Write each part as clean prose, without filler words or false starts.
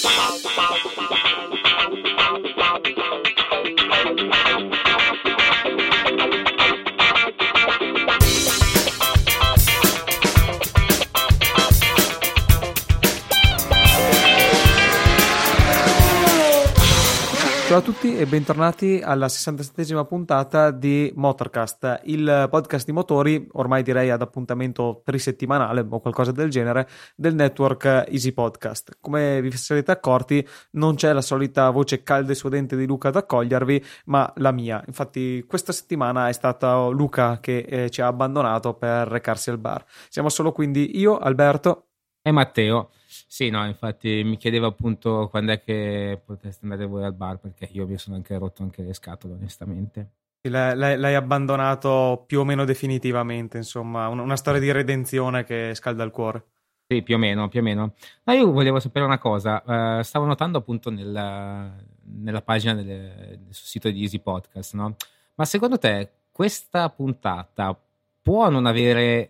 Ciao a tutti e bentornati alla 67esima puntata di Motorcast, il podcast di motori, ormai direi ad appuntamento trisettimanale o qualcosa del genere, del network Easy Podcast. Come vi sarete accorti, non c'è la solita voce calda e suadente di Luca ad accogliervi, ma la mia. Infatti questa settimana è stato Luca che ci ha abbandonato per recarsi al bar. Siamo solo quindi io, Alberto e Matteo. Sì, no, infatti mi chiedevo appunto quando è che potreste andare voi al bar, perché io mi sono anche rotto anche le scatole, onestamente. L'hai abbandonato più o meno definitivamente, insomma, una storia di redenzione che scalda il cuore. Sì, più o meno. Ma io volevo sapere una cosa, stavo notando appunto nella pagina sul sito di Easy Podcast, no? Ma secondo te questa puntata può non avere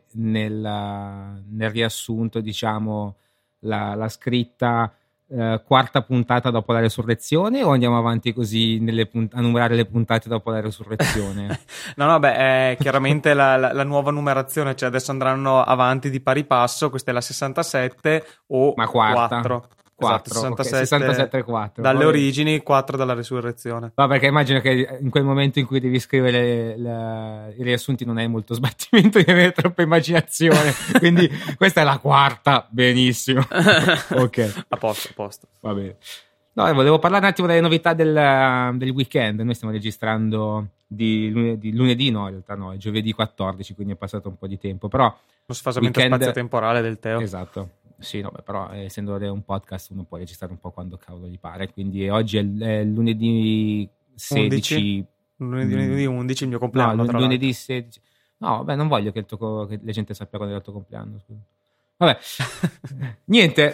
nel riassunto, diciamo, la scritta quarta puntata dopo la resurrezione, o andiamo avanti così a numerare le puntate dopo la resurrezione? No, è chiaramente la nuova numerazione, cioè adesso andranno avanti di pari passo, questa è la 67 o ma quarta. 4. 4, esatto, 67 e 4 dalle origini, 4 dalla resurrezione. No, perché immagino che in quel momento in cui devi scrivere i riassunti non hai molto sbattimento di avere troppa immaginazione, quindi questa è la quarta. Benissimo. Ok, a posto, va bene. No, volevo parlare un attimo delle novità del weekend. Noi stiamo registrando di lunedì, no, in realtà no, è giovedì 14, quindi è passato un po' di tempo, però lo sfasamento spazio-temporale del Teo. Esatto. Sì, no, però essendo un podcast uno può registrare un po' quando cavolo gli pare, quindi oggi è lunedì 16. Lunedì 11 il mio compleanno. No, lunedì 16. No, vabbè, non voglio che la gente sappia quando è il tuo compleanno. Scusa. Vabbè, niente,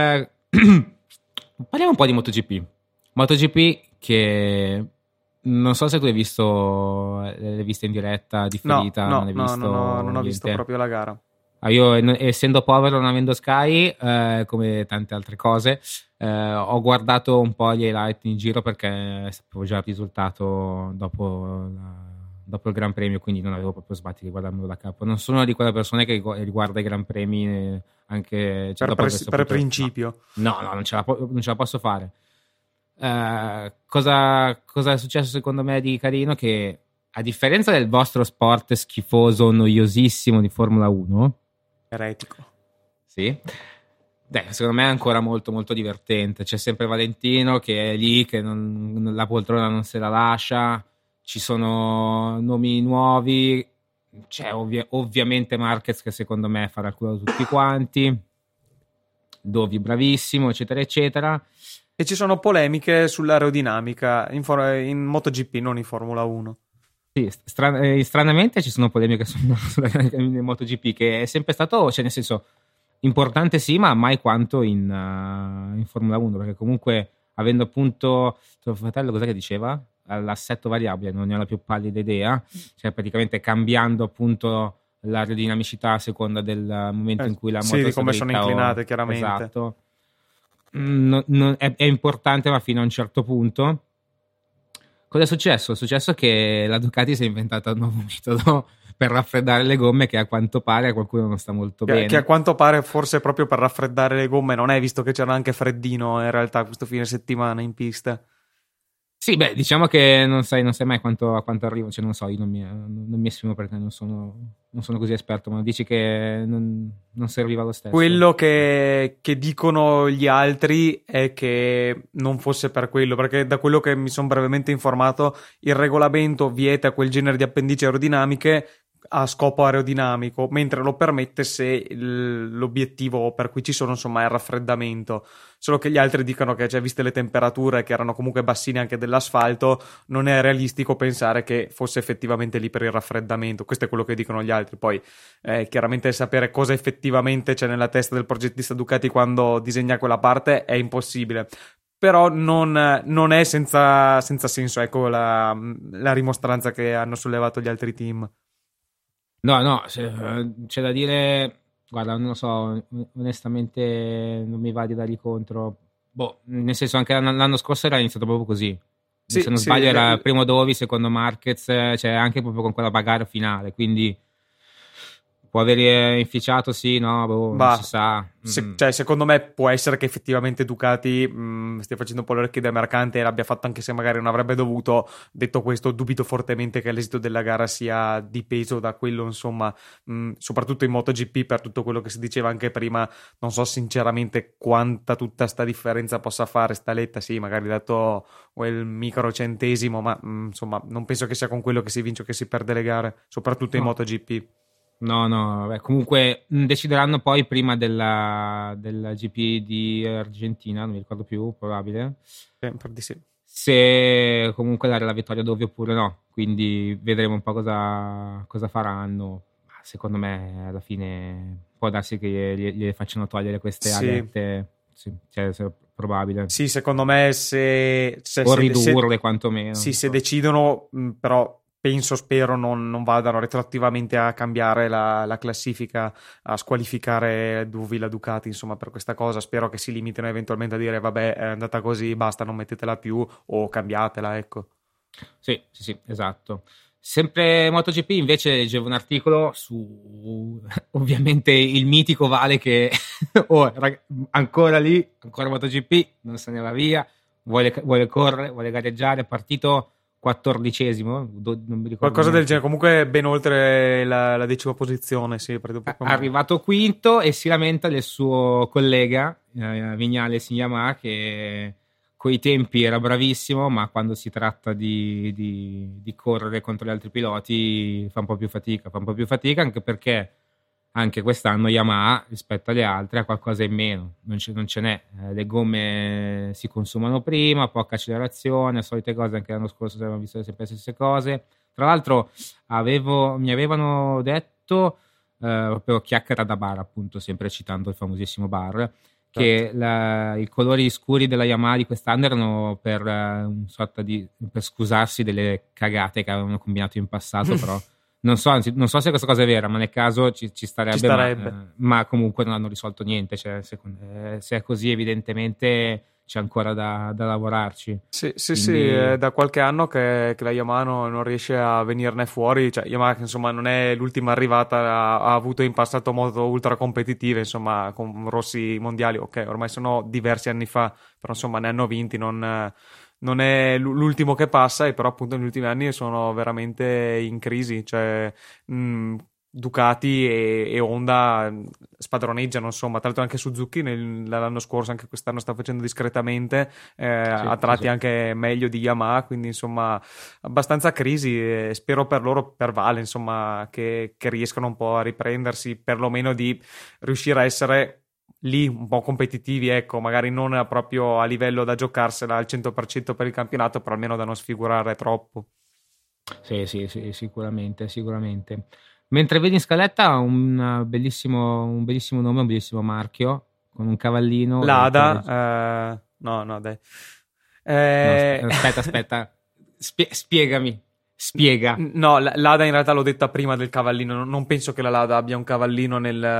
parliamo un po' di MotoGP che non so se tu l'hai visto in diretta, differita. No, non hai visto. No, non ho visto proprio la gara. Io, essendo povero, non avendo Sky, come tante altre cose, ho guardato un po' gli highlight in giro perché sapevo già il risultato dopo il Gran Premio, quindi non avevo proprio sbatti di guardarmelo da capo. Non sono una di quelle persone che riguarda i Gran Premi anche per principio. No, non ce la posso fare. Cosa è successo secondo me di carino? Che a differenza del vostro sport schifoso, noiosissimo di Formula 1, eretico, sì, secondo me è ancora molto molto divertente. C'è sempre Valentino che è lì, che la poltrona non se la lascia, ci sono nomi nuovi, c'è ovviamente Marquez che secondo me farà il culo tutti quanti, Dovi bravissimo, eccetera eccetera, e ci sono polemiche sull'aerodinamica in MotoGP, non in Formula 1. Sì, stranamente ci sono polemiche nel MotoGP, che è sempre stato, cioè nel senso, importante sì, ma mai quanto in Formula 1, perché comunque avendo appunto tuo fratello, cos'è che diceva? L'assetto variabile, non ne ho la più pallida idea, cioè praticamente cambiando appunto l'aerodinamicità a seconda del momento in cui la moto di come sono inclinate, chiaramente. Esatto. È importante, ma fino a un certo punto. Cosa è successo? È successo che la Ducati si è inventata un nuovo metodo per raffreddare le gomme, che a quanto pare a qualcuno non sta molto bene. Che a quanto pare forse proprio per raffreddare le gomme non è, visto che c'era anche freddino in realtà questo fine settimana in pista. Sì, beh, diciamo che non sai mai a quanto arrivo, cioè non so, io non mi esprimo perché non sono così esperto, ma dici che non serviva lo stesso. Quello che dicono gli altri è che non fosse per quello, perché da quello che mi sono brevemente informato, il regolamento vieta quel genere di appendici aerodinamiche a scopo aerodinamico, mentre lo permette se l'obiettivo per cui ci sono, insomma, è il raffreddamento. Solo che gli altri dicono che, cioè, viste le temperature che erano comunque bassine anche dell'asfalto, non è realistico pensare che fosse effettivamente lì per il raffreddamento. Questo è quello che dicono gli altri. Poi chiaramente sapere cosa effettivamente c'è nella testa del progettista Ducati quando disegna quella parte è impossibile. Però non è senza senso, ecco, la rimostranza che hanno sollevato gli altri team. No, c'è da dire, guarda, non lo so, onestamente non mi va di dargli contro. nel senso anche l'anno scorso era iniziato proprio così. Sì, se non sì, sbaglio era primo Dovi, secondo Marquez, cioè anche proprio con quella bagarre finale, quindi può aver inficiato, sì, no, non si sa. Cioè, secondo me può essere che effettivamente Ducati stia facendo un po' le orecchie da mercante e l'abbia fatto anche se magari non avrebbe dovuto. Detto questo, dubito fortemente che l'esito della gara sia dipeso da quello, insomma, soprattutto in MotoGP, per tutto quello che si diceva anche prima. Non so sinceramente quanta tutta sta differenza possa fare sta letta, sì, magari dato quel microcentesimo, ma insomma, non penso che sia con quello che si vince o che si perde le gare, soprattutto in MotoGP. No, vabbè, comunque decideranno poi prima della GP di Argentina, non mi ricordo più, probabile. Per di sì. Se comunque dare la vittoria dove oppure no, quindi vedremo un po' cosa faranno. Secondo me alla fine può darsi che gli facciano togliere queste alette, sì, cioè, è probabile. Sì, secondo me o ridurle quantomeno. Sì, se decidono, però spero non vadano retroattivamente a cambiare la classifica, a squalificare la Ducati, insomma, per questa cosa. Spero che si limitino eventualmente a dire vabbè, è andata così, basta, non mettetela più o cambiatela, ecco. Sì, esatto. Sempre MotoGP invece leggevo un articolo su ovviamente il mitico Vale che ancora lì, ancora MotoGP, non se ne va via, vuole correre, vuole gareggiare, è partito 14esimo, non mi ricordo qualcosa del genere, comunque ben oltre la 10ª posizione, sì, è arrivato quinto e si lamenta del suo collega Viñales in Yamaha che coi tempi era bravissimo, ma quando si tratta di correre contro gli altri piloti fa un po' più fatica anche perché anche quest'anno Yamaha rispetto alle altre ha qualcosa in meno, non ce n'è, le gomme si consumano prima, poca accelerazione, solite cose, anche l'anno scorso abbiamo visto sempre le stesse cose. Tra l'altro mi avevano detto proprio chiacchiera da bar, appunto, sempre citando il famosissimo bar, che i colori scuri della Yamaha di quest'anno erano per per scusarsi delle cagate che avevano combinato in passato, però non so se questa cosa è vera, ma nel caso ci starebbe. Ma comunque non hanno risolto niente, cioè, se è così evidentemente c'è ancora da lavorarci. Sì, è da qualche anno che la Yamaha non riesce a venirne fuori, cioè Yamaha che insomma non è l'ultima arrivata, ha avuto in passato moto ultra competitive, insomma con rossi mondiali, ok, ormai sono diversi anni fa, però insomma ne hanno vinti, non è l'ultimo che passa, e però appunto negli ultimi anni sono veramente in crisi, cioè Ducati e Honda spadroneggiano, insomma. Tra l'altro anche Suzuki l'anno scorso, anche quest'anno sta facendo discretamente, a tratti anche meglio di Yamaha, quindi insomma abbastanza crisi, e spero per loro, per Vale, insomma, che riescano un po' a riprendersi, perlomeno di riuscire a essere lì un po' competitivi, ecco, magari non proprio a livello da giocarsela al 100% per il campionato, però almeno da non sfigurare troppo. Sì, sicuramente. Mentre vedi in scaletta un bellissimo nome, un bellissimo marchio, con un cavallino. Lada, no, dai. No, aspetta. Spiegami. Spiega. No, l'Ada in realtà l'ho detta prima del cavallino. Non penso che la Lada abbia un cavallino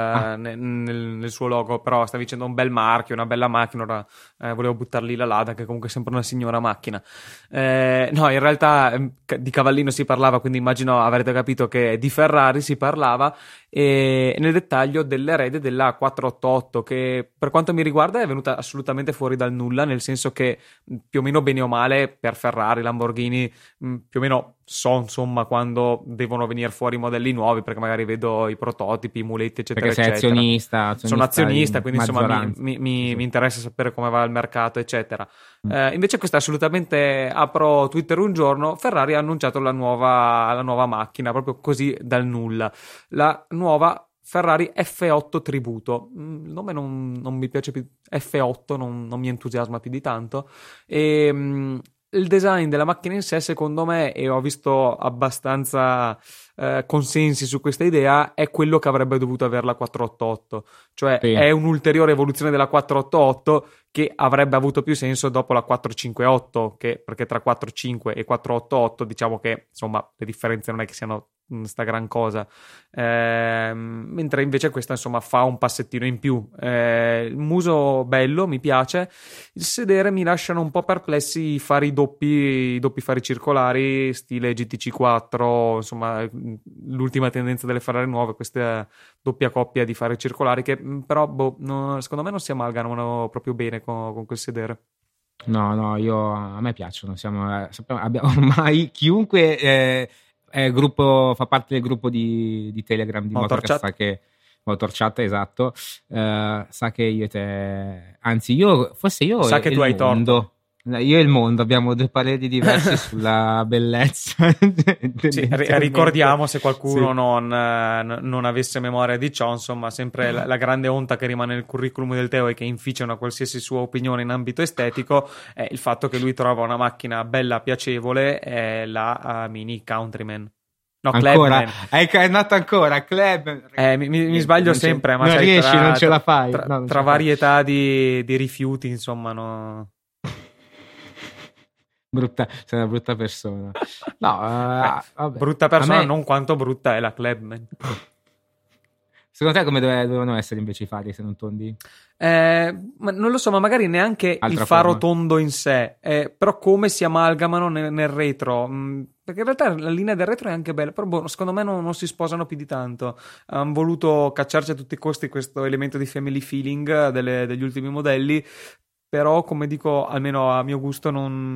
nel suo logo, però stavi dicendo un bel marchio, una bella macchina. Ora volevo buttar lì la Lada, che comunque è sempre una signora macchina. No, in realtà di cavallino si parlava, quindi immagino avrete capito che di Ferrari si parlava, e nel dettaglio dell'erede della 488, che per quanto mi riguarda è venuta assolutamente fuori dal nulla, nel senso che più o meno bene o male per Ferrari, Lamborghini, più o meno so insomma quando devono venire fuori modelli nuovi, perché magari vedo i prototipi, i muletti eccetera, perché sei eccetera. Sono azionista, quindi insomma mi interessa sapere come va il mercato eccetera. Invece questa assolutamente, apro Twitter un giorno, Ferrari ha annunciato la nuova macchina proprio così dal nulla, la nuova Ferrari F8 Tributo. Il nome non mi piace più, F8 non mi entusiasma più di tanto, e il design della macchina in sé, secondo me, e ho visto abbastanza consensi su questa idea, è quello che avrebbe dovuto avere la 488, cioè sì. È un'ulteriore evoluzione della 488 che avrebbe avuto più senso dopo la 458, perché tra 45 e 488 diciamo che insomma le differenze non è che siano sta gran cosa. Mentre invece questa insomma fa un passettino in più. Il muso bello, mi piace. Il sedere mi lasciano un po' perplessi i doppi fari circolari stile GTC4, insomma l'ultima tendenza delle Ferrari nuove, questa doppia coppia di fari circolari che però secondo me non si amalgamano proprio bene con quel sedere. No, a me piacciono. Abbiamo ormai chiunque è gruppo, fa parte del gruppo di Telegram di Motorchat, sa che Motorchat, esatto, sa che io e te, anzi io sa che tu hai torto. Io e il mondo abbiamo due pareri diversi sulla bellezza. Sì, ricordiamo, se qualcuno non avesse memoria di ciò, insomma, sempre la grande onta che rimane nel curriculum del Teo e che inficia una qualsiasi sua opinione in ambito estetico è il fatto che lui trova una macchina bella, piacevole, è la Mini Countryman. No, ancora? È andato ancora, Club. Mi sbaglio sempre, ma non riesci, non ce la fai. Tra varietà di rifiuti, insomma, no. Sei una brutta persona. No, vabbè. Brutta persona, non quanto brutta è la Clubman. Secondo te come dovevano essere invece i fari se non tondi? Ma non lo so, ma magari neanche il faro tondo in sé, però come si amalgamano nel retro. Perché in realtà la linea del retro è anche bella, però secondo me non si sposano più di tanto. Hanno voluto cacciarci a tutti i costi questo elemento di family feeling degli ultimi modelli. Però, come dico, almeno a mio gusto,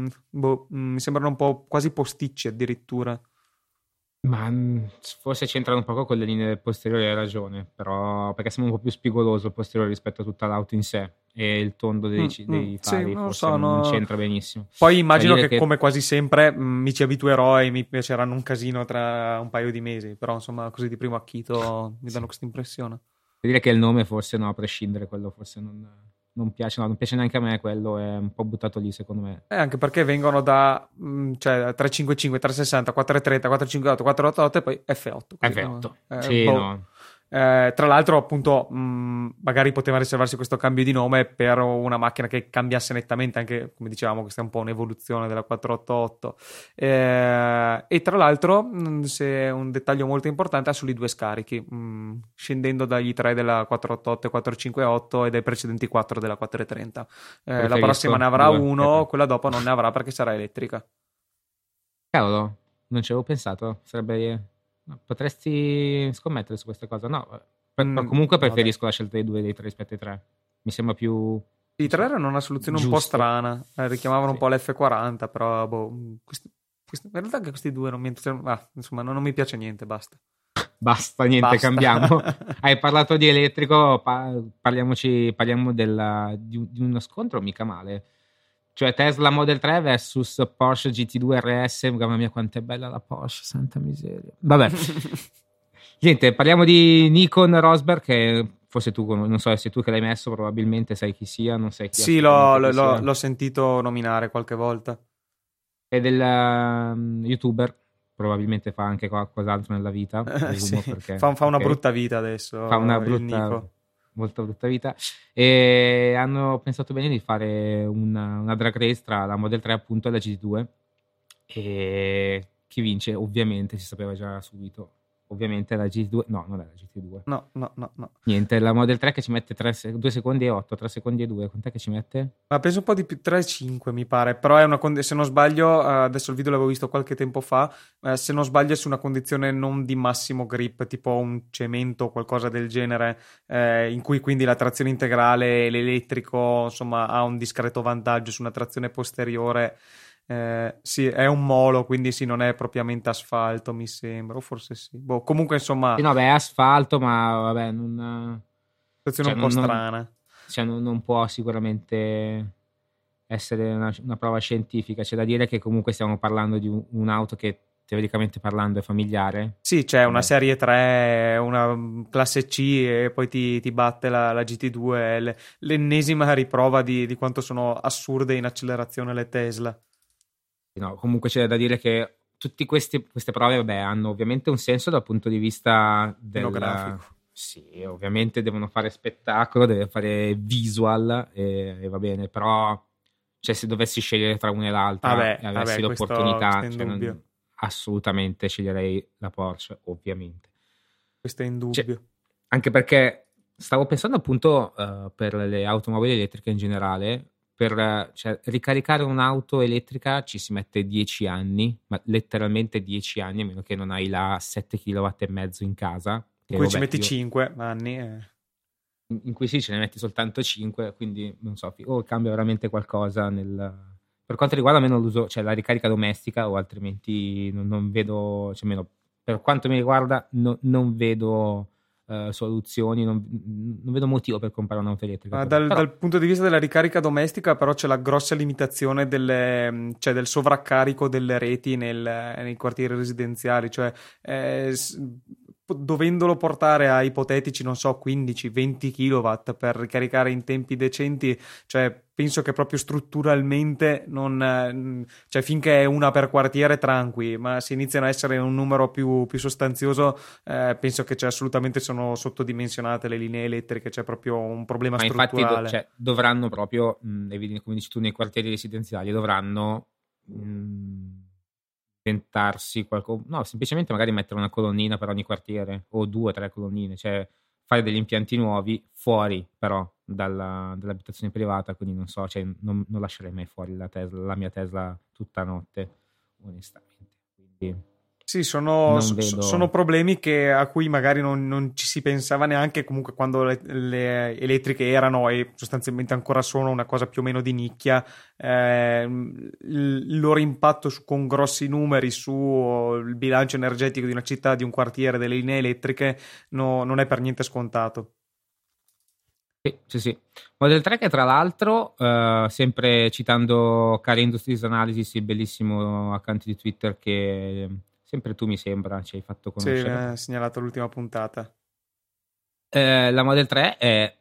mi sembrano un po' quasi posticci addirittura. Ma forse c'entrano un poco con le linee posteriori, hai ragione, però perché sembra un po' più spigoloso il posteriore rispetto a tutta l'auto in sé, e il tondo dei fari non c'entra benissino. Poi immagino che come quasi sempre mi ci abituerò e mi piaceranno un casino tra un paio di mesi, però insomma così di primo acchito mi danno questa impressione. Devo dire che il nome forse no, a prescindere, quello forse non piace, non piace neanche a me, quello è un po' buttato lì secondo me. Anche perché vengono da 355, 360, 430, 458, 488 e poi F8. F8, sì, no. Tra l'altro appunto magari poteva riservarsi questo cambio di nome per una macchina che cambiasse nettamente, anche come dicevamo questa è un po' un'evoluzione della 488 e tra l'altro se un dettaglio molto importante ha solo i due scarichi, scendendo dagli 3 della 488 e 458 e dai precedenti 4 della 430. La prossima ne avrà uno, quella dopo non ne avrà perché sarà elettrica. Cavolo, non ci avevo pensato, sarebbe... Potresti scommettere su questa cosa? No, comunque preferisco la scelta dei 2 e dei 3 rispetto ai 3. Mi sembra più... I 3 erano una soluzione giusto. Un po' strana, richiamavano un po' l'F40, però in realtà anche questi due non mi entusiasmano. Insomma, non mi piace niente, basta. Basta. Cambiamo. Hai parlato di elettrico, parliamo di uno scontro mica male. Cioè Tesla Model 3 versus Porsche GT2 RS. Mamma mia quanto è bella la Porsche, santa miseria. Vabbè. Niente, parliamo di Nikon Rosberg, che forse tu, non so se tu che l'hai messo, probabilmente sai chi sia, non sai chi sia. Sì, l'ho sentito nominare qualche volta. È del YouTuber, probabilmente fa anche qualcos'altro nella vita. Sì. Perché, fa una brutta vita adesso. Fa una molto brutta vita, e hanno pensato bene di fare una drag race tra la Model 3 appunto e la GT2, e chi vince ovviamente si sapeva già subito, ovviamente la GT2, no, non è la GT2, no, niente, la Model 3 che ci mette 2 secondi e 8, 3 secondi e 2, quant'è che ci mette? Ma penso un po' di più, 3,5 mi pare, però è se non sbaglio, adesso il video l'avevo visto qualche tempo fa, se non sbaglio è su una condizione non di massimo grip, tipo un cemento o qualcosa del genere, in cui quindi la trazione integrale, l'elettrico, insomma, ha un discreto vantaggio su una trazione posteriore. Sì, è un molo, quindi sì, non è propriamente asfalto, mi sembra, o forse sì. Comunque, insomma... Sì, no, beh, è asfalto, ma vabbè, non... Situazione un po' strana. Cioè, non può sicuramente essere una prova scientifica. C'è da dire che comunque stiamo parlando di un'auto che, teoricamente parlando, è familiare. Sì, c'è una serie 3, una classe C e poi ti batte la GT2, l'ennesima riprova di quanto sono assurde in accelerazione le Tesla. No, comunque c'è da dire che tutte queste prove, vabbè, hanno ovviamente un senso dal punto di vista grafico. Sì, ovviamente devono fare spettacolo, deve fare visual e va bene, però cioè, se dovessi scegliere tra una e l'altra e avessi l'opportunità, assolutamente sceglierei la Porsche, ovviamente. Questo è indubbio. Cioè, anche perché stavo pensando appunto per le automobili elettriche in generale, cioè, ricaricare un'auto elettrica ci si mette 10 anni, ma letteralmente 10 anni, a meno che non hai la 7 kW e mezzo in casa. In cui ci metti 5 anni. In cui sì, ce ne metti soltanto 5, quindi non so, cambia veramente qualcosa per quanto riguarda almeno l'uso, cioè la ricarica domestica, o altrimenti non vedo, cioè almeno per quanto mi riguarda non vedo soluzioni, non vedo motivo per comprare un'auto elettrica. Dal punto di vista della ricarica domestica, però, c'è la grossa limitazione cioè del sovraccarico delle reti nei quartieri residenziali, cioè dovendolo portare a ipotetici, non so, 15-20 kW per ricaricare in tempi decenti, cioè penso che proprio strutturalmente cioè finché è una per quartiere tranqui, ma se iniziano a essere un numero più sostanzioso, penso che assolutamente sono sottodimensionate le linee elettriche, c'è proprio un problema strutturale. Infatti dovranno proprio, come dici tu, nei quartieri residenziali dovranno inventarsi qualcosa, no, semplicemente magari mettere una colonnina per ogni quartiere o 2 o 3 colonnine, cioè fare degli impianti nuovi fuori però dall'abitazione privata, quindi non so, cioè non lascerei mai fuori la mia Tesla tutta notte, onestamente. Quindi sì, sono problemi a cui magari non ci si pensava neanche, comunque quando le elettriche erano e sostanzialmente ancora sono una cosa più o meno di nicchia. Il loro impatto con grossi numeri sul bilancio energetico di una città, di un quartiere, delle linee elettriche non è per niente scontato. Sì. Model 3 che tra l'altro, sempre citando Car Industries Analysis, il bellissimo account di Twitter che sempre tu mi sembra ci hai fatto conoscere. Sì, mi ha segnalato l'ultima puntata. La Model 3 è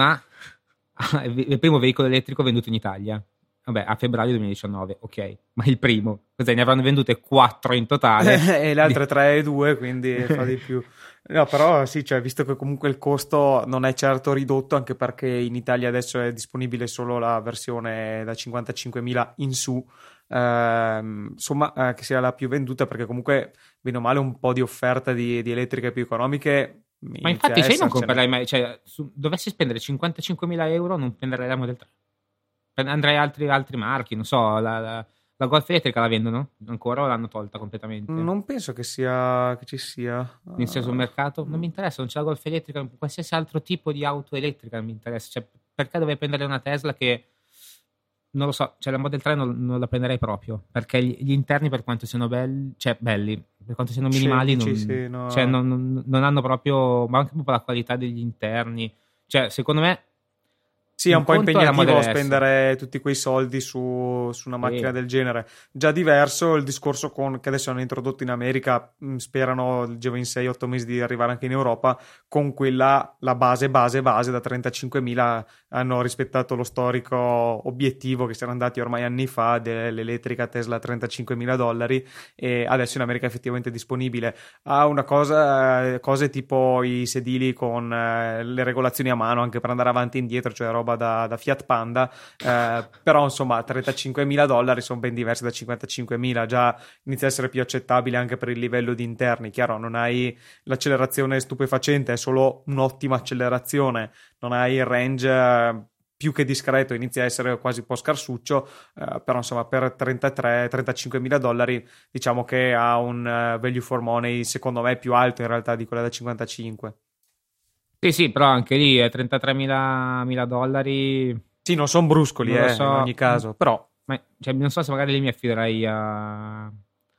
il primo veicolo elettrico venduto in Italia. Vabbè, a febbraio 2019, ok, ma il primo. Cos'è? Ne avranno vendute 4 in totale. E le altre 3 e 2, quindi fa di più. No, però sì, cioè, visto che comunque il costo non è certo ridotto, anche perché in Italia adesso è disponibile solo la versione da 55.000 in su, insomma, che sia la più venduta, perché comunque, bene o male, un po' di offerta di elettriche più economiche. Ma infatti, se non comprerei mai, cioè, dovessi spendere 55.000 euro, non prenderei la Model 3. Andrei altri marchi, non so, la Golf elettrica la vendono ancora o l'hanno tolta completamente? Non penso che ci sia. Inizia sul mercato? Non mi interessa, non c'è la Golf elettrica, qualsiasi altro tipo di auto elettrica non mi interessa. Cioè, perché dovrei prendere una Tesla che non lo so, cioè la Model 3 non la prenderei proprio, perché gli interni, per quanto siano belli, per quanto siano minimali, cioè, non hanno proprio, ma anche proprio la qualità degli interni. Cioè, secondo me sì, è un po' impegnativo spendere tutti quei soldi su una macchina del genere. Già diverso il discorso che adesso hanno introdotto in America, sperano il in 6-8 mesi di arrivare anche in Europa, con quella, la base da 35.000, hanno rispettato lo storico obiettivo che si erano andati ormai anni fa dell'elettrica Tesla a $35.000, e adesso in America è effettivamente disponibile. Ha una cose tipo i sedili con le regolazioni a mano anche per andare avanti e indietro, cioè roba da Fiat Panda, però insomma $35.000 sono ben diversi da 55.000, già inizia a essere più accettabile anche per il livello di interni. Chiaro, non hai l'accelerazione stupefacente, è solo un'ottima accelerazione, non hai il range più che discreto, inizia a essere quasi un po' scarsuccio, però insomma per $35.000 diciamo che ha un value for money secondo me più alto in realtà di quella da 55. Sì, però anche lì è $33.000. Sì, non sono bruscoli, in ogni caso, però. Cioè, non so se magari lì mi affiderei a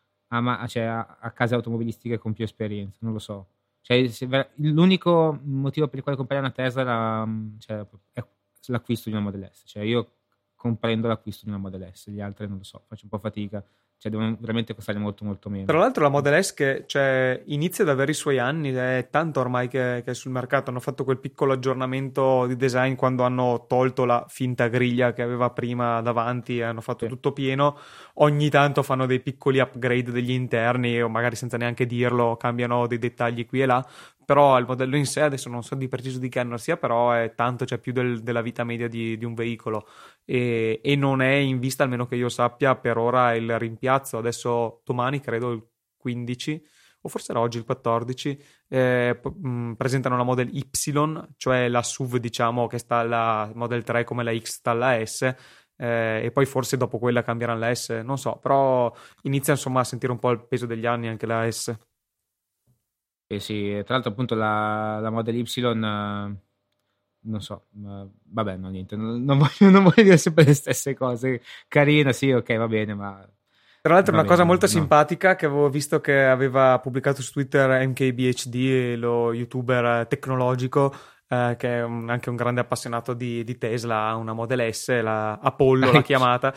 case automobilistiche con più esperienza, non lo so. Cioè, l'unico motivo per il quale comprare una Tesla è l'acquisto di una Model S. Cioè, io comprendo l'acquisto di una Model S, gli altri non lo so, faccio un po' fatica. Cioè, devono veramente costare molto molto meno. Tra l'altro la Model S che inizia ad avere i suoi anni, è tanto ormai che è sul mercato. Hanno fatto quel piccolo aggiornamento di design quando hanno tolto la finta griglia che aveva prima davanti e hanno fatto tutto pieno. Ogni tanto fanno dei piccoli upgrade degli interni, o magari senza neanche dirlo cambiano dei dettagli qui e là, però il modello in sé adesso non so di preciso di che anno sia, però è tanto, cioè più della vita media di un veicolo, e non è in vista, almeno che io sappia per ora, il rimpiazzo. Adesso domani credo il 15, o forse era oggi il 14, presentano la Model Y, cioè la SUV, diciamo, che sta alla Model 3 come la X sta alla S, e poi forse dopo quella cambieranno la S, non so, però inizia insomma a sentire un po' il peso degli anni anche la S. E sì, tra l'altro appunto la Model Y, non so, vabbè, no, niente, non voglio dire sempre le stesse cose. Carina, sì, ok, va bene, ma... Tra l'altro una cosa molto no. simpatica che avevo visto che aveva pubblicato su Twitter MKBHD, lo youtuber tecnologico, che è anche un grande appassionato di Tesla, ha una Model S, la Apollo l'ha chiamata,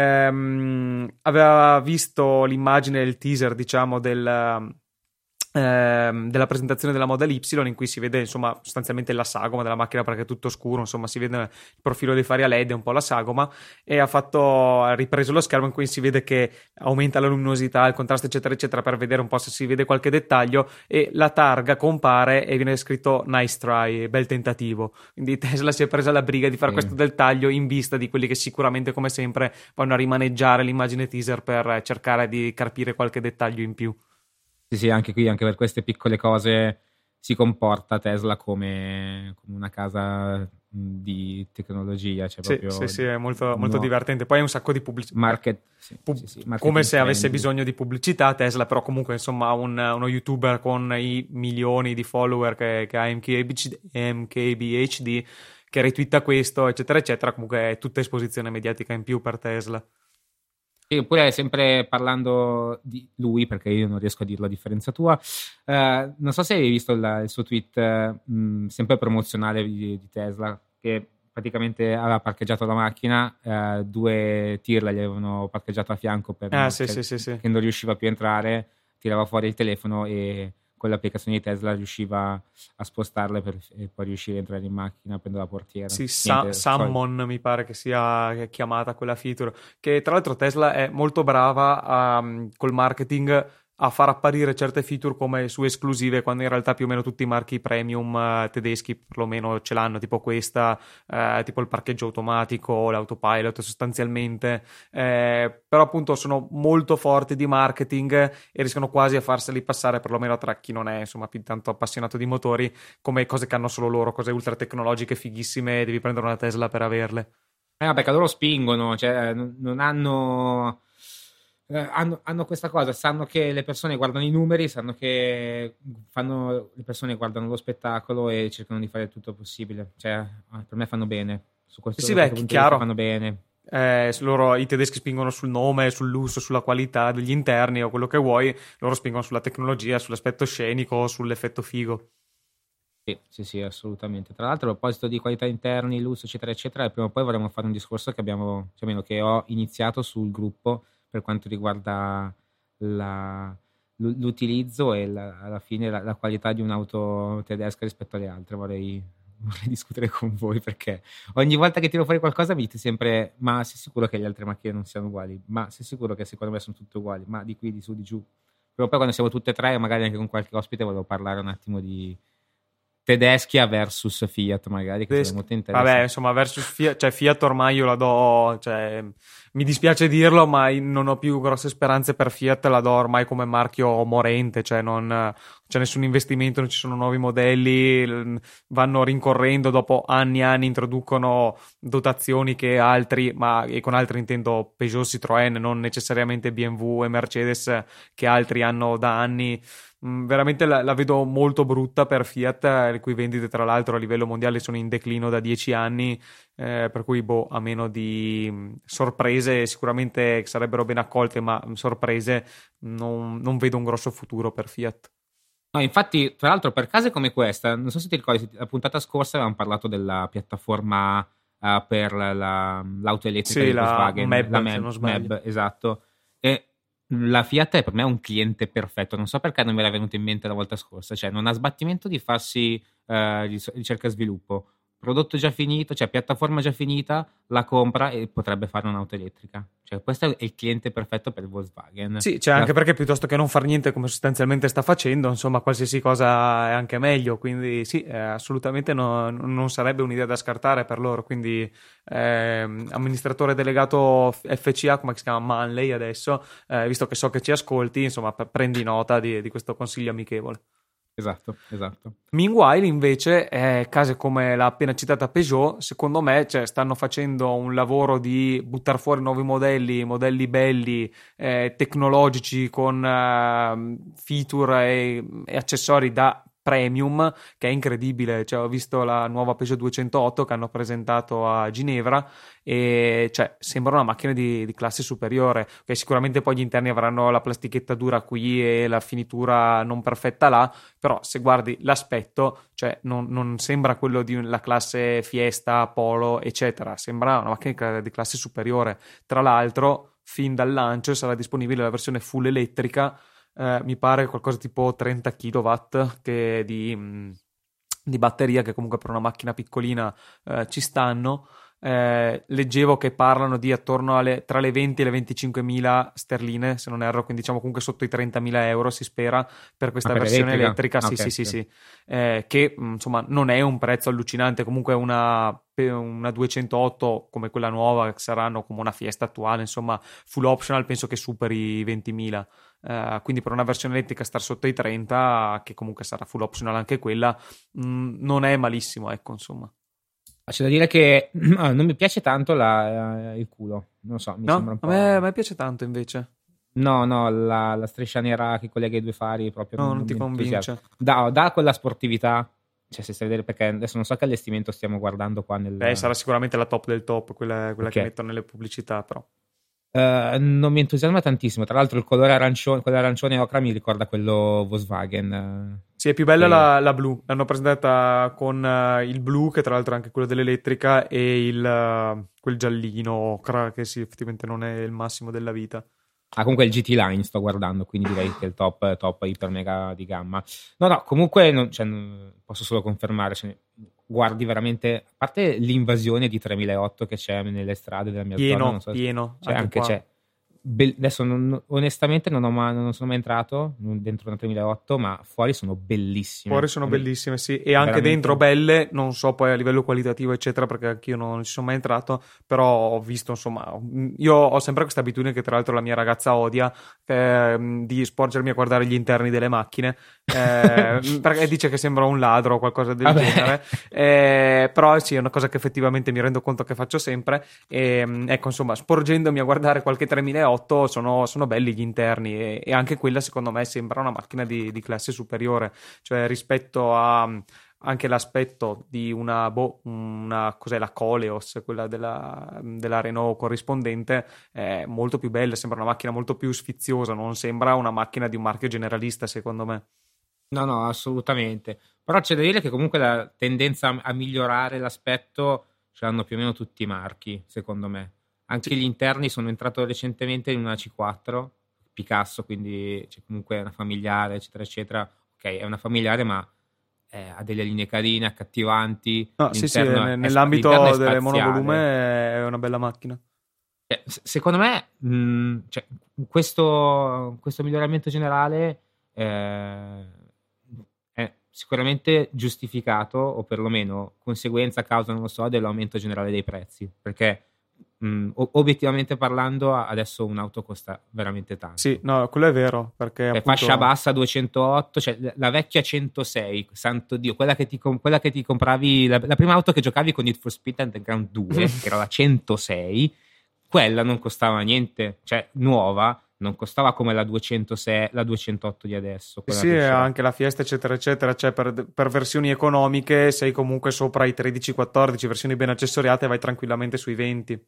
aveva visto l'immagine, il teaser, diciamo, della presentazione della Model Y, in cui si vede insomma sostanzialmente la sagoma della macchina perché è tutto scuro, insomma si vede il profilo dei fari a LED e un po' la sagoma, e ha ripreso lo schermo in cui si vede che aumenta la luminosità, il contrasto eccetera eccetera, per vedere un po' se si vede qualche dettaglio, e la targa compare e viene scritto nice try, bel tentativo. Quindi Tesla si è presa la briga di fare questo dettaglio in vista di quelli che sicuramente, come sempre, vanno a rimaneggiare l'immagine teaser per cercare di carpire qualche dettaglio in più. Sì, anche qui, anche per queste piccole cose si comporta Tesla come una casa di tecnologia. Cioè proprio sì, è molto divertente. Poi è un sacco di pubblicità. Come se avesse bisogno di pubblicità Tesla, però comunque insomma uno youtuber con i milioni di follower che ha MKBHD, che retweeta questo, eccetera, eccetera, comunque è tutta esposizione mediatica in più per Tesla. Oppure sempre parlando di lui, perché io non riesco a dirlo a differenza tua, non so se hai visto il suo tweet sempre promozionale di Tesla, che praticamente aveva parcheggiato la macchina, 2 tir gli avevano parcheggiato a fianco che non riusciva più a entrare, tirava fuori il telefono e con l'applicazione di Tesla riusciva a spostarle e poi riuscire a entrare in macchina, prendere la portiera. Sì, Summon mi pare che sia chiamata quella feature, che tra l'altro Tesla è molto brava col marketing a far apparire certe feature come sue esclusive, quando in realtà più o meno tutti i marchi premium tedeschi perlomeno ce l'hanno, tipo questa, tipo il parcheggio automatico, l'autopilot sostanzialmente, però appunto sono molto forti di marketing e riescono quasi a farseli passare, perlomeno tra chi non è insomma più tanto appassionato di motori, come cose che hanno solo loro, cose ultra tecnologiche fighissime, devi prendere una Tesla per averle. Perché loro spingono, cioè non hanno... hanno questa cosa, sanno che le persone guardano i numeri, sanno che le persone guardano lo spettacolo e cercano di fare tutto possibile. Cioè, per me fanno bene. Su questo, chiaro. Fanno bene. I tedeschi spingono sul nome, sul lusso, sulla qualità degli interni o quello che vuoi, loro spingono sulla tecnologia, sull'aspetto scenico, sull'effetto figo. Sì, assolutamente. Tra l'altro, a proposito di qualità interni, lusso, eccetera, eccetera, prima o poi vorremmo fare un discorso che abbiamo, cioè almeno che ho iniziato sul gruppo per quanto riguarda l'utilizzo e alla fine la qualità di un'auto tedesca rispetto alle altre. Vorrei discutere con voi, perché ogni volta che tiro fuori qualcosa mi dite sempre: ma sei sicuro che le altre macchine non siano uguali? Ma sei sicuro che secondo me sono tutte uguali? Ma di qui, di su, di giù. Però poi quando siamo tutte e tre, magari anche con qualche ospite, volevo parlare un attimo di tedeschi versus Fiat, magari, che sono molto interessanti. Vabbè, insomma, versus Fiat, cioè Fiat ormai io la do, cioè mi dispiace dirlo, ma non ho più grosse speranze per Fiat, la do ormai come marchio morente, cioè non c'è nessun investimento, non ci sono nuovi modelli, vanno rincorrendo, dopo anni e anni introducono dotazioni che altri, ma e con altri intendo Peugeot, Citroën, non necessariamente BMW e Mercedes, che altri hanno da anni. Veramente la vedo molto brutta per Fiat, le cui vendite tra l'altro a livello mondiale sono in declino da 10 anni, per cui a meno di sorprese sicuramente sarebbero ben accolte, ma sorprese non vedo un grosso futuro per Fiat. No, infatti, tra l'altro, per case come questa, non so se ti ricordi, la puntata scorsa avevamo parlato della piattaforma per l'auto elettrica di Volkswagen, MEB, MEB, esatto. E la Fiat è per me un cliente perfetto, non so perché non me era venuto in mente la volta scorsa, cioè non ha sbattimento di farsi ricerca e sviluppo, prodotto già finito, cioè piattaforma già finita, la compra e potrebbe fare un'auto elettrica. Cioè, questo è il cliente perfetto per il Volkswagen. Sì, cioè anche perché piuttosto che non far niente come sostanzialmente sta facendo, insomma, qualsiasi cosa è anche meglio. Quindi sì, assolutamente non sarebbe un'idea da scartare per loro. Quindi amministratore delegato FCA, come si chiama Manley adesso, visto che so che ci ascolti, insomma, prendi nota di questo consiglio amichevole. Esatto, esatto. Meanwhile, invece, case come l'ha appena citata Peugeot, secondo me, cioè, stanno facendo un lavoro di buttare fuori nuovi modelli belli, tecnologici, con feature e accessori da premium, che è incredibile. Cioè, ho visto la nuova Peugeot 208 che hanno presentato a Ginevra e cioè, sembra una macchina di classe superiore, che sicuramente poi gli interni avranno la plastichetta dura qui e la finitura non perfetta là, però se guardi l'aspetto, cioè non sembra quello di la classe Fiesta, Polo, eccetera, sembra una macchina di classe superiore. Tra l'altro, fin dal lancio sarà disponibile la versione full elettrica, mi pare qualcosa tipo 30 kW di batteria, che comunque per una macchina piccolina ci stanno. Leggevo che parlano di attorno tra le 20 e le 25.000 sterline, se non erro, quindi diciamo comunque sotto i 30.000 euro si spera per questa per versione elettrica. Ah, Sì, okay, sì, sì, sì. Che insomma non è un prezzo allucinante, comunque una 208 come quella nuova, che saranno come una Fiesta attuale, insomma full optional, penso che superi i 20.000. Quindi per una versione elettrica star sotto i 30, che comunque sarà full optional anche quella, non è malissimo, ecco, insomma. C'è da dire che non mi piace tanto il culo, non so, mi sembra No, un po'... a me piace tanto invece. No, la striscia nera che collega i due fari proprio No, non non ti mi convince. entusiasma. Dà quella sportività, cioè se stai a vedere, perché adesso non so che allestimento stiamo guardando qua Sarà sicuramente la top del top, quella Ok. che mettono nelle pubblicità, però. Non mi entusiasma tantissimo. Tra l'altro il colore arancione, quello arancione ocra mi ricorda quello Volkswagen. Sì, è più bella la blu. L'hanno presentata con il blu, che tra l'altro è anche quello dell'elettrica, e quel giallino ocra, che sì, effettivamente non è il massimo della vita. Comunque il GT Line sto guardando, quindi direi che è il top iper mega di gamma. No, comunque posso solo confermare, guardi veramente, a parte l'invasione di 3008 che c'è nelle strade della mia zona, non so, Pieno, c'è anche c'è. Adesso onestamente non sono mai entrato dentro una 3008, ma fuori sono bellissime. Fuori sono bellissime, sì, e anche veramente... dentro belle, non so poi a livello qualitativo eccetera, perché anch'io non ci sono mai entrato, però ho visto, insomma, io ho sempre questa abitudine, che tra l'altro la mia ragazza odia, di sporgermi a guardare gli interni delle macchine, perché dice che sembra un ladro o qualcosa del genere, però sì, è una cosa che effettivamente mi rendo conto che faccio sempre, e ecco, insomma, sporgendomi a guardare qualche 3008 sono belli gli interni, e anche quella secondo me sembra una macchina di classe superiore, cioè rispetto a anche l'aspetto di una cos'è, la Coleos, quella della Renault corrispondente, è molto più bella, sembra una macchina molto più sfiziosa, non sembra una macchina di un marchio generalista, secondo me. No, assolutamente. Però c'è da dire che comunque la tendenza a migliorare l'aspetto ce l'hanno più o meno tutti i marchi, secondo me. Anche gli interni, sono entrato recentemente in una C4 Picasso, quindi c'è comunque una familiare, eccetera, eccetera. Ok, è una familiare, ma ha delle linee carine, accattivanti. No, sì, nell'ambito del monovolume è una bella macchina. Secondo me, questo miglioramento generale è sicuramente giustificato, o perlomeno conseguenza, causa, non lo so, dell'aumento generale dei prezzi, perché obiettivamente parlando adesso un'auto costa veramente tanto. Sì, no, quello è vero, perché appunto... fascia bassa 208, cioè la vecchia 106, santo Dio, quella che ti compravi, la prima auto che giocavi con Need for Speed Underground 2, che era la 106, quella non costava niente, cioè nuova, non costava come la 206, la 208 di adesso. Sì, anche la Fiesta eccetera eccetera, cioè per versioni economiche sei comunque sopra i 13-14, versioni ben accessoriate vai tranquillamente sui 20.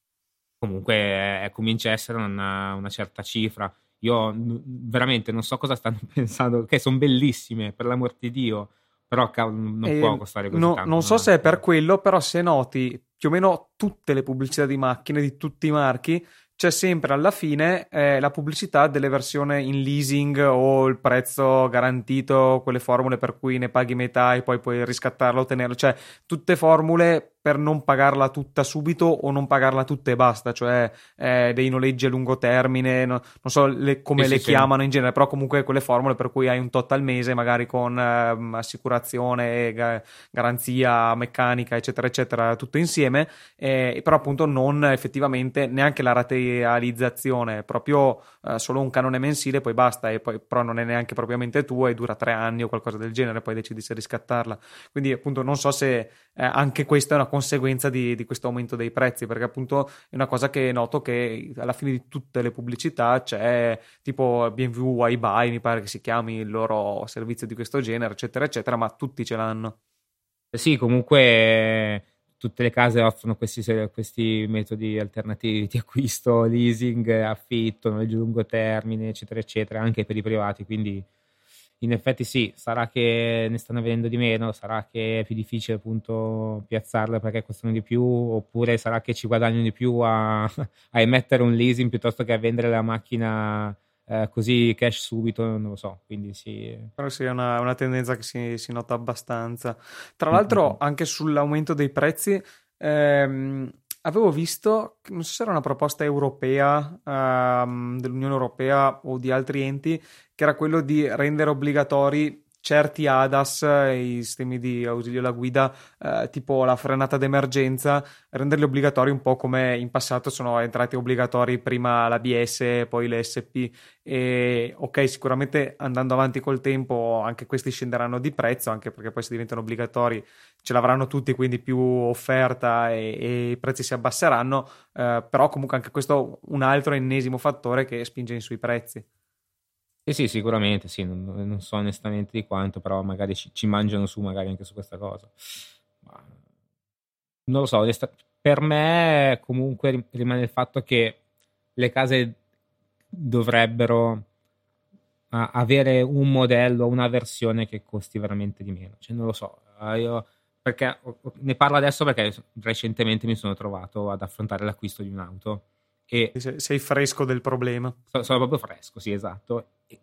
Comunque comincia a essere una certa cifra. Io veramente non so cosa stanno pensando, che sono bellissime, per l'amor di Dio, però non può costare così tanto. Non so se è per quello, però se noti più o meno tutte le pubblicità di macchine di tutti i marchi c'è sempre alla fine la pubblicità delle versioni in leasing o il prezzo garantito, quelle formule per cui ne paghi metà e poi puoi riscattarla o tenerla, cioè tutte formule per non pagarla tutta subito o non pagarla tutta e basta, cioè dei noleggi a lungo termine, non so come Sì, le sì, sì. chiamano in genere, però comunque quelle formule per cui hai un tot al mese, magari con assicurazione, garanzia meccanica, eccetera, eccetera, tutto insieme, però appunto non effettivamente neanche la ratealizzazione, proprio solo un canone mensile, poi basta, e poi però non è neanche propriamente tuo e dura 3 anni o qualcosa del genere, poi decidi se riscattarla. Quindi appunto non so se anche questa è una conseguenza di questo aumento dei prezzi, perché appunto è una cosa che noto che alla fine di tutte le pubblicità c'è tipo BMW iBuy, mi pare che si chiami il loro servizio di questo genere, eccetera, eccetera, ma tutti ce l'hanno. Sì, comunque tutte le case offrono questi metodi alternativi di acquisto, leasing, affitto, noleggio a lungo termine, eccetera, eccetera, anche per i privati. Quindi in effetti sì, sarà che ne stanno vendendo di meno, sarà che è più difficile appunto piazzarle perché costano di più, oppure sarà che ci guadagnano di più a, a emettere un leasing piuttosto che a vendere la macchina così cash subito, non lo so. Quindi sì. Però sì, è una tendenza che si nota abbastanza. Tra Mm, mm, l'altro, mm. anche sull'aumento dei prezzi, avevo visto, non so se era una proposta europea, dell'Unione Europea o di altri enti, che era quello di rendere obbligatori certi ADAS, i sistemi di ausilio alla guida, tipo la frenata d'emergenza, renderli obbligatori un po' come in passato sono entrati obbligatori prima l'ABS, poi le SP. E ok, sicuramente andando avanti col tempo anche questi scenderanno di prezzo, anche perché poi se diventano obbligatori ce l'avranno tutti, quindi più offerta e i prezzi si abbasseranno, però comunque anche questo un altro ennesimo fattore che spinge in sui prezzi. Sì, sì, sicuramente, sì, non so onestamente di quanto, però magari ci mangiano su magari anche su questa cosa. Ma non lo so, per me comunque rimane il fatto che le case dovrebbero avere un modello, una versione che costi veramente di meno. Cioè, non lo so, io perché ne parlo adesso perché recentemente mi sono trovato ad affrontare l'acquisto di un'auto e Sei fresco del problema. sono proprio fresco, sì, esatto. E,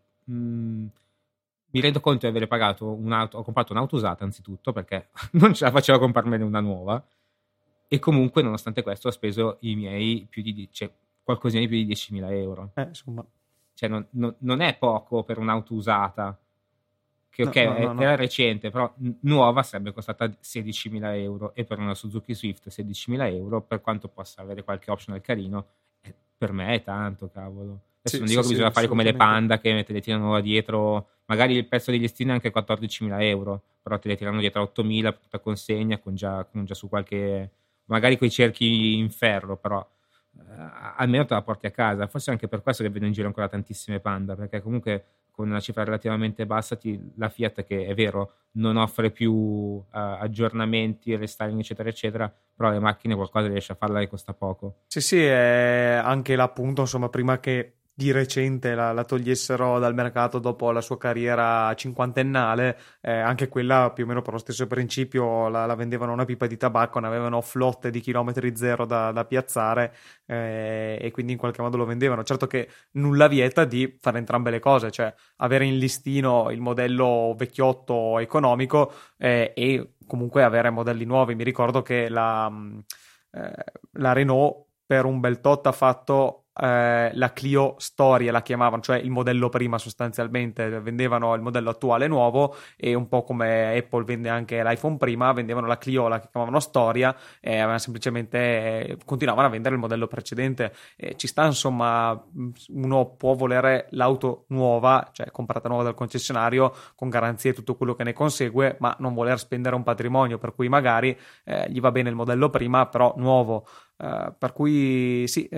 mi rendo conto di aver pagato un'auto, ho comprato un'auto usata anzitutto perché non ce la facevo a comprarmene una nuova e comunque nonostante questo ho speso i miei cioè, qualcosina di più di 10.000 euro. Insomma, Cioè non è poco per un'auto usata, che ok, no, no, no, no. era recente, però nuova sarebbe costata 16.000 euro e per una Suzuki Swift 16.000 euro, per quanto possa avere qualche optional carino, per me è tanto, cavolo. Adesso Sì, non sì, dico che sì, bisogna fare come le assolutamente. Panda che te le tirano da dietro, magari il prezzo degli listini è anche 14.000 euro, però te le tirano dietro a 8.000 per tutta consegna con già su qualche, magari quei cerchi in ferro, però almeno te la porti a casa. Forse è anche per questo che vedo in giro ancora tantissime Panda, perché comunque con una cifra relativamente bassa la Fiat, che è vero non offre più aggiornamenti, restyling eccetera eccetera, però le macchine qualcosa riesce a farla che costa poco. Sì, sì, anche l'appunto, insomma, prima che di recente la togliessero dal mercato dopo la sua carriera cinquantennale, anche quella più o meno per lo stesso principio la vendevano una pipa di tabacco, ne avevano flotte di chilometri zero da piazzare, e quindi in qualche modo lo vendevano. Certo che nulla vieta di fare entrambe le cose, cioè avere in listino il modello vecchiotto economico, e comunque avere modelli nuovi. Mi ricordo che la Renault per un bel tot ha fatto la Clio Storia, la chiamavano, cioè il modello prima sostanzialmente, vendevano il modello attuale nuovo e un po' come Apple vende anche l'iPhone prima, vendevano la Clio, la chiamavano Storia e avevano semplicemente continuavano a vendere il modello precedente. Ci sta, insomma, uno può volere l'auto nuova, cioè comprata nuova dal concessionario con garanzie e tutto quello che ne consegue, ma non voler spendere un patrimonio, per cui magari gli va bene il modello prima, però nuovo. Per cui sì,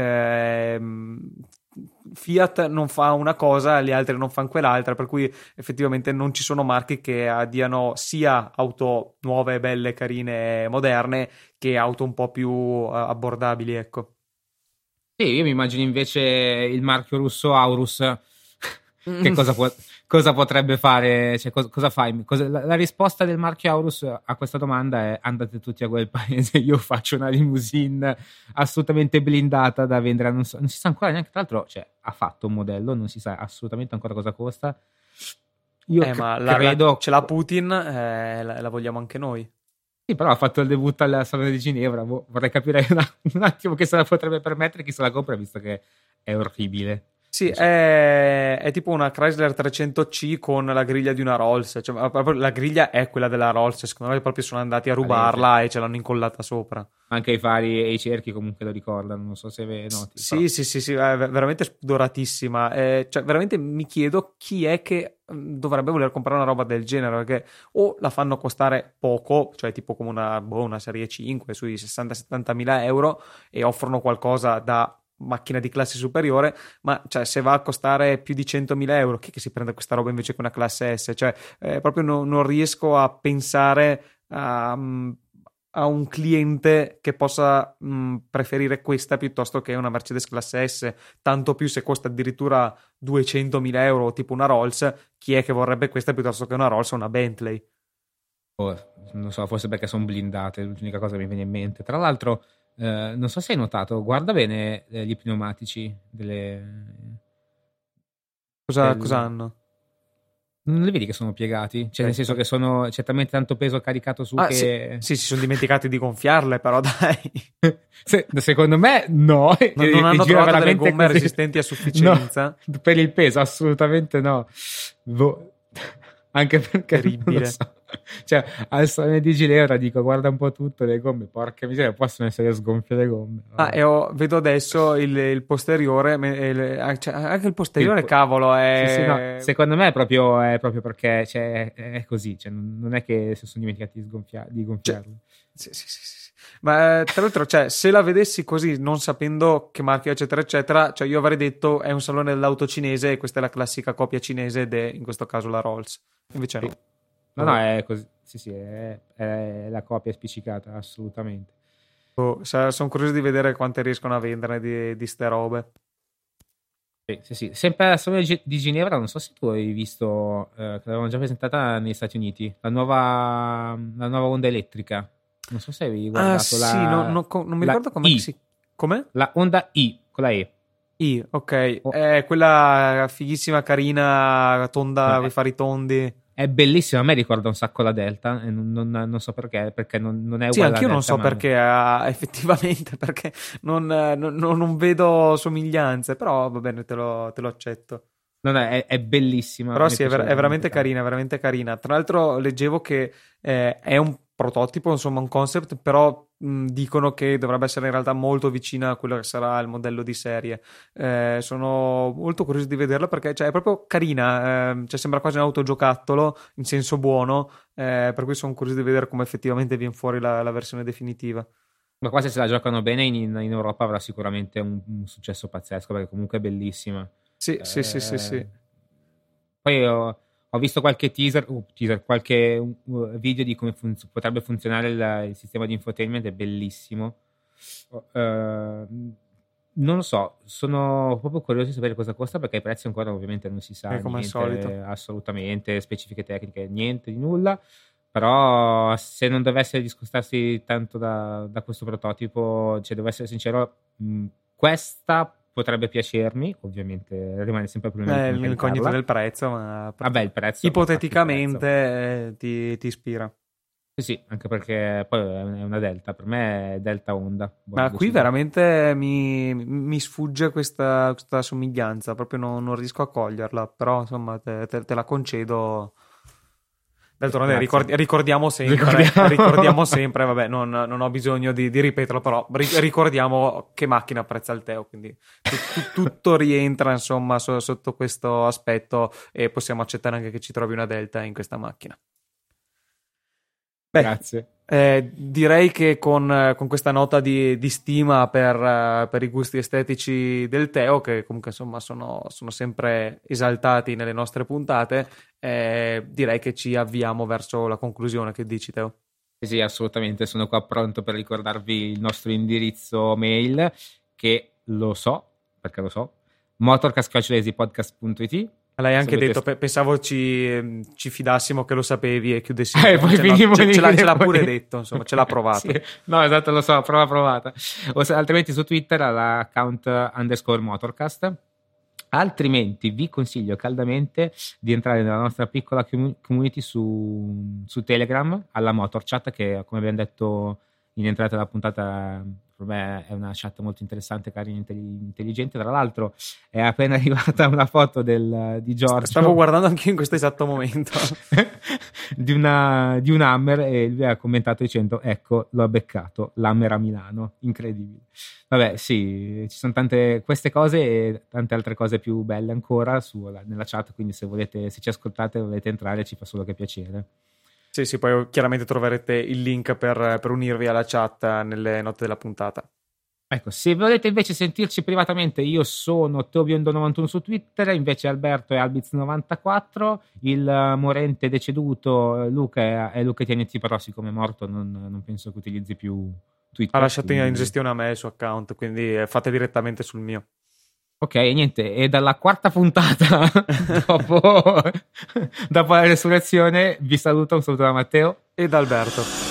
Fiat non fa una cosa, gli altri non fanno quell'altra, per cui effettivamente non ci sono marchi che diano sia auto nuove, belle, carine, moderne, che auto un po' più abbordabili, ecco. Sì, io mi immagino invece il marchio russo Aurus che cosa potrebbe fare, cioè cosa fai? La risposta del marchio Aurus a questa domanda è: andate tutti a quel paese, io faccio una limousine assolutamente blindata da vendere, non si sa ancora neanche, tra l'altro, cioè, ha fatto un modello, non si sa assolutamente ancora cosa costa. Io credo ce l'ha Putin, la vogliamo anche noi. Sì, però ha fatto il debutto alla Salone di Ginevra. Vorrei capire un attimo che se la potrebbe permettere, chi se la compra, visto che è orribile. Sì, è tipo una Chrysler 300C con la griglia di una Rolls. Cioè, proprio la griglia è quella della Rolls. Secondo me proprio sono andati a rubarla e ce l'hanno incollata sopra. Anche i fari e i cerchi comunque lo ricordano. Non so se noti. Sì, è veramente spudoratissima. Cioè, veramente mi chiedo chi è che dovrebbe voler comprare una roba del genere, perché o la fanno costare poco, cioè tipo come una serie 5 sui 60-70 mila euro, e offrono qualcosa da macchina di classe superiore, ma cioè, se va a costare più di 100.000 euro, chi che si prende questa roba invece che una classe S? Cioè, proprio non riesco a pensare a un cliente che possa preferire questa piuttosto che una Mercedes classe S, tanto più se costa addirittura 200.000 euro, tipo una Rolls. Chi è che vorrebbe questa piuttosto che una Rolls o una Bentley? Non so, forse perché sono blindate, è l'unica cosa che mi viene in mente. Tra l'altro, non so se hai notato, guarda bene gli pneumatici Cosa hanno? Non li vedi che sono piegati? Cioè, nel senso che c'è talmente tanto peso caricato su che... Sì, si sono dimenticati di gonfiarle, però dai. Secondo me no. Non hanno trovato delle gomme resistenti a sufficienza? No, per il peso assolutamente no. Anche perché terribile. Non lo so. Cioè, al Salone di Ginevra dico, guarda un po' tutto, le gomme, porca miseria, possono essere sgonfie le gomme. Vedo adesso il posteriore, cioè, anche il posteriore, cavolo, è... Sì, no, secondo me è proprio perché cioè, è così, cioè, non è che si sono dimenticati di gonfiarlo. Sì. Ma tra l'altro, cioè, se la vedessi così, non sapendo che marchio eccetera eccetera, cioè io avrei detto è un salone dell'auto cinese e questa è la classica copia cinese ed è in questo caso la Rolls. Invece no. No, è così. Sì, è la copia spiccicata, assolutamente. Sono curioso di vedere quante riescono a vendere di ste robe. Sì. Sempre alla Salone di Ginevra, non so se tu hai visto, che l'avevano già presentata negli Stati Uniti, la nuova Honda elettrica. Non so se avevi guardato non mi ricordo com'è. Come? La Honda I, con la E. I, ok. È quella fighissima, carina, tonda, con i fari tondi. È bellissima, a me ricorda un sacco la Delta, e non so perché non è uguale. Sì, anch'io non so perché, effettivamente, perché non vedo somiglianze, però va bene, te lo accetto. No, è bellissima. Però sì, è veramente carina, veramente carina. Tra l'altro leggevo che è un prototipo, insomma un concept, però dicono che dovrebbe essere in realtà molto vicina a quello che sarà il modello di serie. Sono molto curioso di vederla perché è proprio carina, sembra quasi un autogiocattolo in senso buono, per cui sono curioso di vedere come effettivamente viene fuori la versione definitiva. Ma quasi se la giocano bene in Europa avrà sicuramente un successo pazzesco, perché comunque è bellissima. Sì. Poi ho visto qualche teaser, qualche video di come potrebbe funzionare il sistema di infotainment, è bellissimo. Non lo so, sono proprio curioso di sapere cosa costa, perché i prezzi ancora ovviamente non si sa, come al solito. Assolutamente, specifiche tecniche, niente di nulla. Però se non dovesse discostarsi tanto da questo prototipo, cioè devo essere sincero, questa potrebbe piacermi, ovviamente rimane sempre il problema di l'incognito del prezzo, ma vabbè, il prezzo ipoteticamente ti ispira. Sì, anche perché poi è una Delta, per me è Delta Honda. Ma qui veramente mi sfugge questa somiglianza, proprio non riesco a coglierla, però insomma te la concedo. D'altronde ricordiamo sempre, vabbè, non ho bisogno di ripeterlo, però ricordiamo che macchina apprezza il Teo, quindi tutto rientra insomma sotto questo aspetto, e possiamo accettare anche che ci trovi una Delta in questa macchina. Beh, grazie. Direi che con questa nota di stima per i gusti estetici del Teo, che comunque insomma sono sempre esaltati nelle nostre puntate, direi che ci avviamo verso la conclusione. Che dici, Teo? Sì, assolutamente, sono qua pronto per ricordarvi il nostro indirizzo mail, che lo so, perché lo so, motorcast@easypodcast.it. L'hai anche detto, pensavo ci fidassimo che lo sapevi e chiudessimo. Poi ce l'ha pure detto, insomma, ce l'ha provato. Sì. No, esatto, lo so, prova provata. Altrimenti su Twitter all'account _motorcast. Altrimenti vi consiglio caldamente di entrare nella nostra piccola community su Telegram, alla Motor Chat, che come abbiamo detto in entrata della puntata, per me è una chat molto interessante, carina, intelligente. Tra l'altro è appena arrivata una foto di Giorgio. Stavo guardando anche in questo esatto momento. di un Hammer, e lui ha commentato dicendo: ecco, l'ho beccato, l'Hammer a Milano. Incredibile. Vabbè, sì, ci sono tante queste cose e tante altre cose più belle ancora nella chat, quindi se ci ascoltate e volete entrare, ci fa solo che piacere. Sì, poi chiaramente troverete il link per unirvi alla chat nelle note della puntata. Ecco, se volete invece sentirci privatamente, io sono Tobiondo91 su Twitter, invece Alberto è Albiz94, il morente deceduto Luca è Luca TNT, però siccome è morto non penso che utilizzi più Twitter. Ha lasciato in gestione a me il suo account, quindi fate direttamente sul mio. Ok, niente, e dalla quarta puntata dopo la resurrezione vi saluto, un saluto da Matteo e da Alberto.